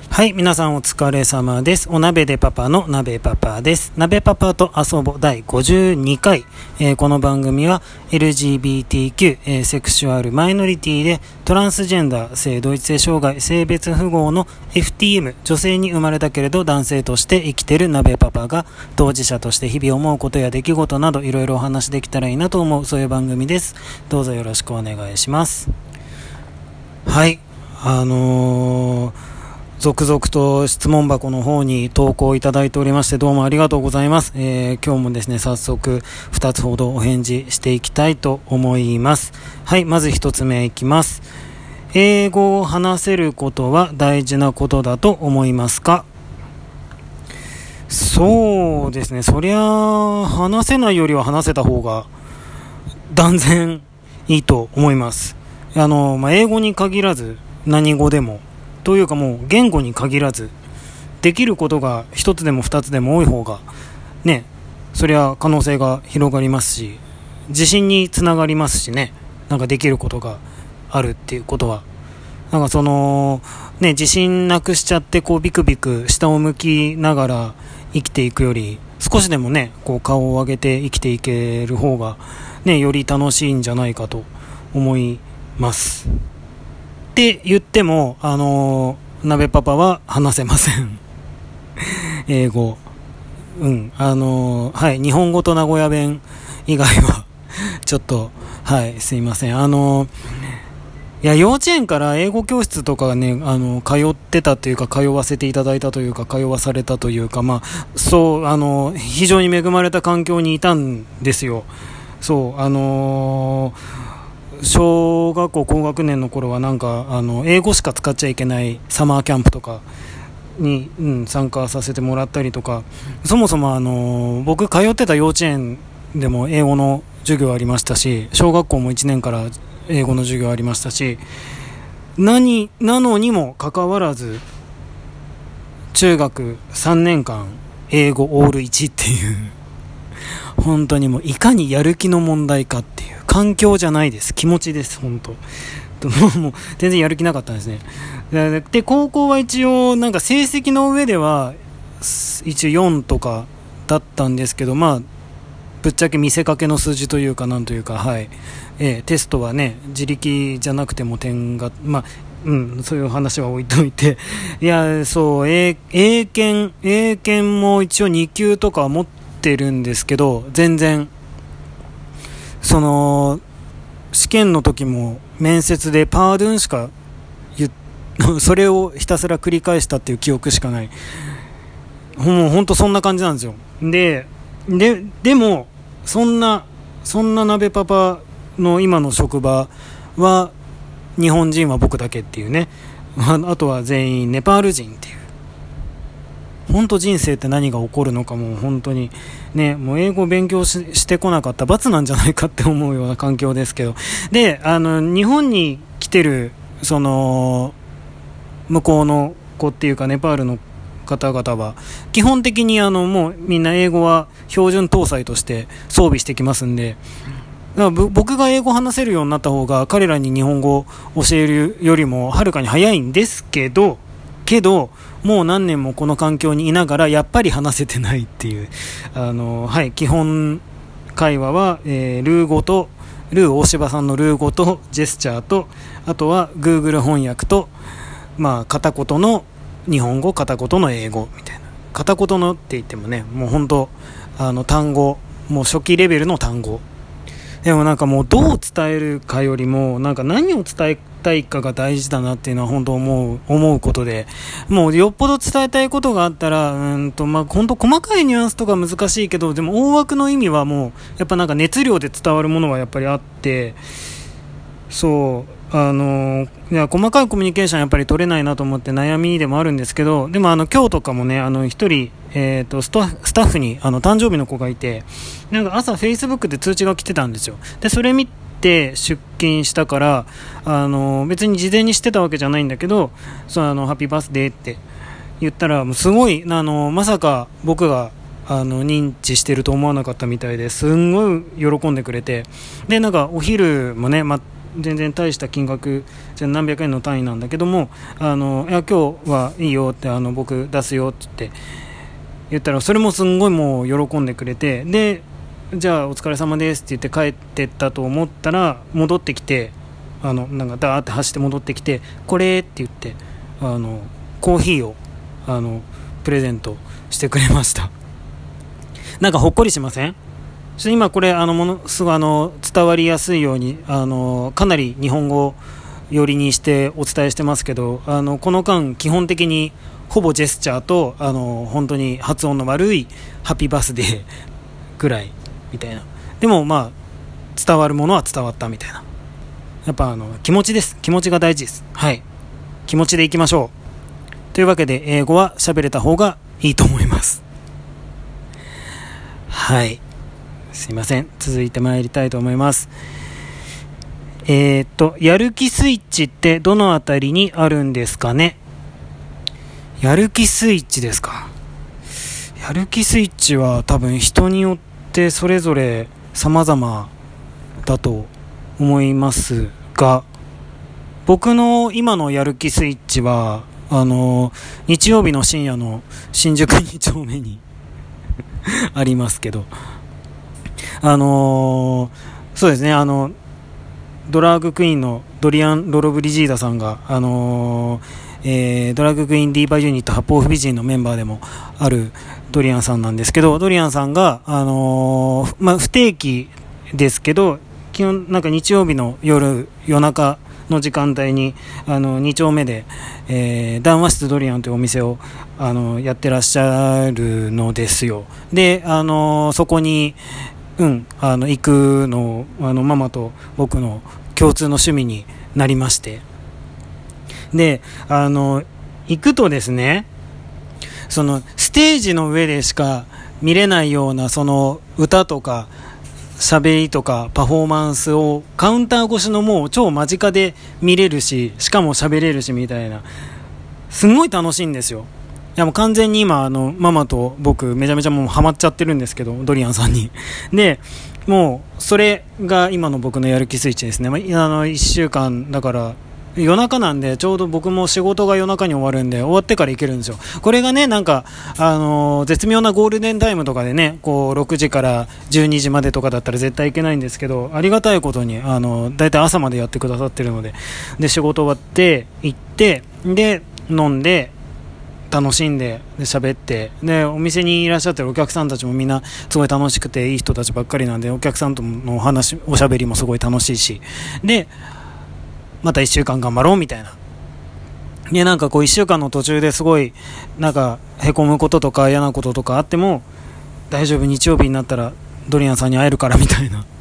はい、皆さんお疲れ様です。お鍋でパパの鍋パパです。鍋パパと遊ぼ第52回、この番組は LGBTQ、セクシュアルマイノリティでトランスジェンダー、性同一性障害、性別符号の FTM、女性に生まれたけれど男性として生きてる鍋パパが当事者として日々思うことや出来事などいろいろお話できたらいいなと思う、そういう番組です。どうぞよろしくお願いします。はい、続々と質問箱の方に投稿いただいておりまして、どうもありがとうございます。今日もですね、早速2つほどお返事していきたいと思います。はい、まず1つ目いきます。英語を話せることは大事なことだと思いますか？そうですね、そりゃ話せないよりは話せた方が断然いいと思います。英語に限らず何語でもというか、もう言語に限らずできることが一つでも二つでも多い方がね、そりゃ可能性が広がりますし、自信につながりますしね。なんかできることがあるっていうことは、なんか自信なくしちゃってビクビク下を向きながら生きていくより、少しでもね顔を上げて生きていける方がね、より楽しいんじゃないかと思いますって言っても、鍋パパは話せません英語。はい、日本語と名古屋弁以外はちょっと、はい、すいません。いや、幼稚園から英語教室とかね、通ってたというか、通わせていただいたというか、通わされたというか、非常に恵まれた環境にいたんですよ。小学校高学年の頃は英語しか使っちゃいけないサマーキャンプとかに、参加させてもらったりとか、そもそも僕通ってた幼稚園でも英語の授業ありましたし、小学校も1年から英語の授業ありましたし、なのにもかかわらず中学3年間英語オール1っていう本当にもういかにやる気の問題かっていう、環境じゃないです、気持ちです。本当もう全然やる気なかったんですね。で高校は一応成績の上では一応4とかだったんですけど、ぶっちゃけ見せかけの数字というかなんというか、はい、テストはね自力じゃなくても点がそういう話は置いといて、いやそう、英検も一応2級とか持ってるんですけど、全然試験の時も面接でパードゥンしかそれをひたすら繰り返したっていう記憶しかない。もう本当そんな感じなんですよ。でもそんな鍋パパの今の職場は日本人は僕だけっていうね、あとは全員ネパール人っていう、本当人生って何が起こるのかもう本当にね、もう英語を勉強してこなかった罰なんじゃないかって思うような環境ですけど、で日本に来てる向こうの子っていうかネパールの方々は基本的にもうみんな英語は標準搭載として装備してきますんで、だから僕が英語話せるようになった方が彼らに日本語を教えるよりもはるかに早いんですけどもう何年もこの環境にいながらやっぱり話せてないっていう、はい、基本会話は、ルー大柴さんのルー語とジェスチャーと、あとは Google 翻訳と、片言の日本語片言の英語みたいな、片言のって言ってもね、もう本当単語、もう初期レベルの単語でももうどう伝えるかよりも何を伝えたいかが大事だなっていうのは本当思うことで、もうよっぽど伝えたいことがあったら本当細かいニュアンスとか難しいけど、でも大枠の意味はもうやっぱ熱量で伝わるものはやっぱりあって、いや細かいコミュニケーションやっぱり取れないなと思って悩みでもあるんですけど、でも今日とかもね一人、スタッフに誕生日の子がいて、朝 Facebook で通知が来てたんですよ。でそれ見て出勤したから、別に事前にしてたわけじゃないんだけど、ハッピーバースデーって言ったら、もうすごいまさか僕が認知してると思わなかったみたいで、すんごい喜んでくれて、でお昼もね全然大した金額じゃ何百円の単位なんだけども、いや今日はいいよって、僕出すよって言ったら、それもすんごいもう喜んでくれて、でじゃあお疲れ様ですって言って帰ってったと思ったら、戻ってきてなんかダーって走って戻ってきて、これって言ってコーヒーをプレゼントしてくれました。なんかほっこりしません？今これものすごい伝わりやすいようにかなり日本語寄りにしてお伝えしてますけど、この間基本的にほぼジェスチャーと本当に発音の悪いハッピーバースデーぐらいみたいな。でもまあ伝わるものは伝わったみたいな。やっぱ気持ちです。気持ちが大事です。はい、気持ちでいきましょう。というわけで英語は喋れた方がいいと思います。はい、すいません、続いて参りたいと思います。やる気スイッチってどのあたりにあるんですかね。やる気スイッチですか。やる気スイッチは多分人によってそれぞれ様々だと思いますが、僕の今のやる気スイッチは日曜日の深夜の新宿2丁目にありますけど、そうですね、ドラァグクイーンのドリアン・ロロブリジーダさんが、ドラッグクイーンディーバーユニット八方不美人のメンバーでもあるドリアンさんなんですけど、ドリアンさんが、不定期ですけど基本なんか日曜日の夜中の時間帯に2丁目で、談話室ドリアンというお店をやってらっしゃるのですよ。でそこに、行くのママと僕の共通の趣味になりまして、で行くとですね、そのステージの上でしか見れないようなその歌とか喋りとかパフォーマンスをカウンター越しのもう超間近で見れるし、しかも喋れるしみたいな、すごい楽しいんですよ。いやもう完全に今ママと僕めちゃめちゃもうハマっちゃってるんですけど、ドリアンさんに。でもうそれが今の僕のやる気スイッチですね。1週間だから夜中なんで、ちょうど僕も仕事が夜中に終わるんで、終わってから行けるんですよ。これがね、なんか絶妙なゴールデンタイムとかでね、こう6時から12時までとかだったら絶対行けないんですけど、ありがたいことにだいたい朝までやってくださってるので、で仕事終わって行って、で飲んで楽しんで喋って、でお店にいらっしゃってるお客さんたちもみんなすごい楽しくていい人たちばっかりなんで、お客さんとのおしゃべりもすごい楽しいし、でまた1週間頑張ろうみたいな。でなんかこう1週間の途中ですごいなんかへこむこととか嫌なこととかあっても大丈夫、日曜日になったらドリアンさんに会えるからみたいな、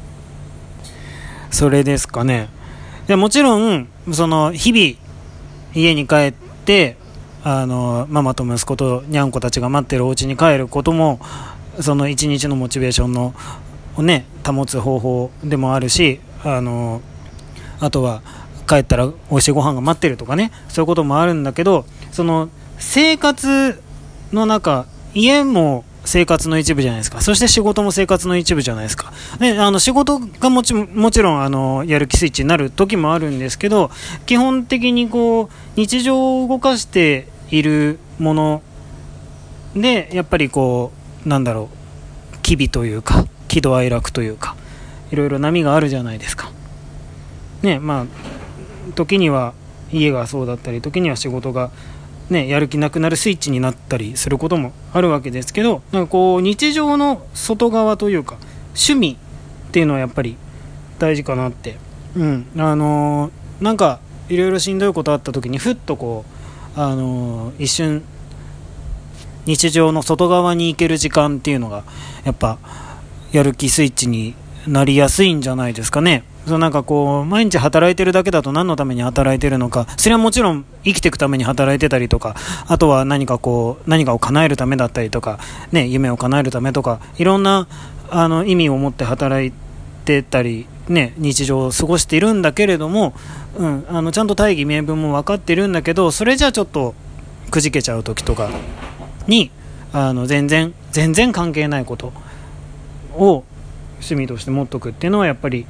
それですかね。でもちろんその日々家に帰ってママと息子とにゃんこたちが待ってるお家に帰ることも、その一日のモチベーションのをね保つ方法でもあるし、あとは帰ったら美味しいご飯が待ってるとかね、そういうこともあるんだけど、その生活の中、家も生活の一部じゃないですか。そして仕事も生活の一部じゃないですか。で仕事がもちろんやる気スイッチになる時もあるんですけど、基本的にこう日常を動かしているものでやっぱりこうなんだろう、機微というか喜怒哀楽というかいろいろ波があるじゃないですかね。時には家がそうだったり、時には仕事がねやる気なくなるスイッチになったりすることもあるわけですけど、なんかこう日常の外側というか趣味っていうのはやっぱり大事かなって、なんかいろいろしんどいことあった時にふっとこう一瞬日常の外側に行ける時間っていうのがやっぱやる気スイッチになりやすいんじゃないですかね。なんかこう毎日働いてるだけだと何のために働いてるのか、それはもちろん生きていくために働いてたりとか、あとは何かを叶えるためだったりとか、ね、夢を叶えるためとか、いろんな意味を持って働いてたり、ね、日常を過ごしているんだけれども、ちゃんと大義名分も分かってるんだけど、それじゃちょっとくじけちゃう時とかに全然関係ないことを趣味として持っとくっていうのはやっぱり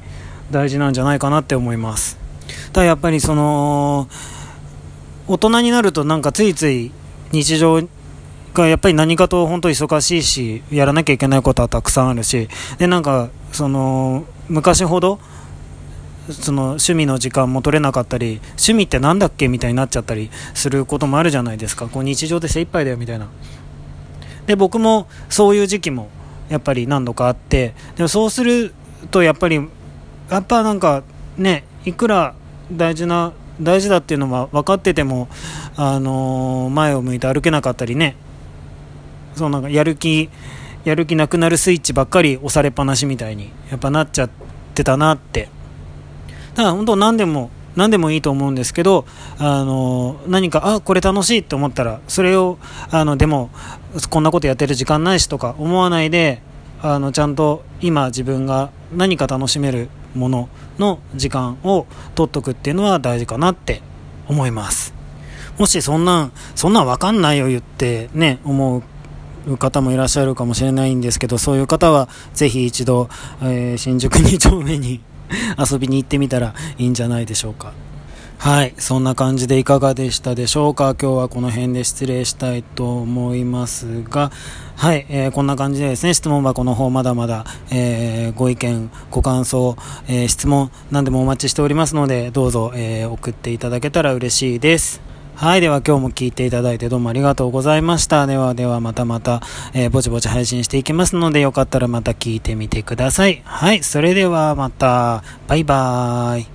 大事なんじゃないかなって思います。ただやっぱり大人になるとなんかついつい日常がやっぱり何かと本当忙しいし、やらなきゃいけないことはたくさんあるし、でなんか昔ほど趣味の時間も取れなかったり、趣味ってなんだっけみたいになっちゃったりすることもあるじゃないですか。日常で精一杯だよみたいな。で僕もそういう時期もやっぱり何度かあって、でもそうするとやっぱなんかね、いくら大事だっていうのは分かってても、前を向いて歩けなかったりね、なんかやる気なくなるスイッチばっかり押されっぱなしみたいにやっぱなっちゃってたなって。だから本当何でもいいと思うんですけど、何かこれ楽しいと思ったらそれをでもこんなことやってる時間ないしとか思わないで、ちゃんと今自分が何か楽しめるものの時間を取っとくっていうのは大事かなって思います。もしそんなん分かんないよ言ってね思う方もいらっしゃるかもしれないんですけど、そういう方はぜひ一度、新宿2丁目に遊びに行ってみたらいいんじゃないでしょうか。はい、そんな感じでいかがでしたでしょうか。今日はこの辺で失礼したいと思いますが、はい、こんな感じでですね、質問箱の方まだまだ、ご意見ご感想、質問何でもお待ちしておりますので、どうぞ、送っていただけたら嬉しいです。はい、では今日も聞いていただいてどうもありがとうございました。ではまた、ぼちぼち配信していきますので、よかったらまた聞いてみてください。はい、それではまた、バイバーイ。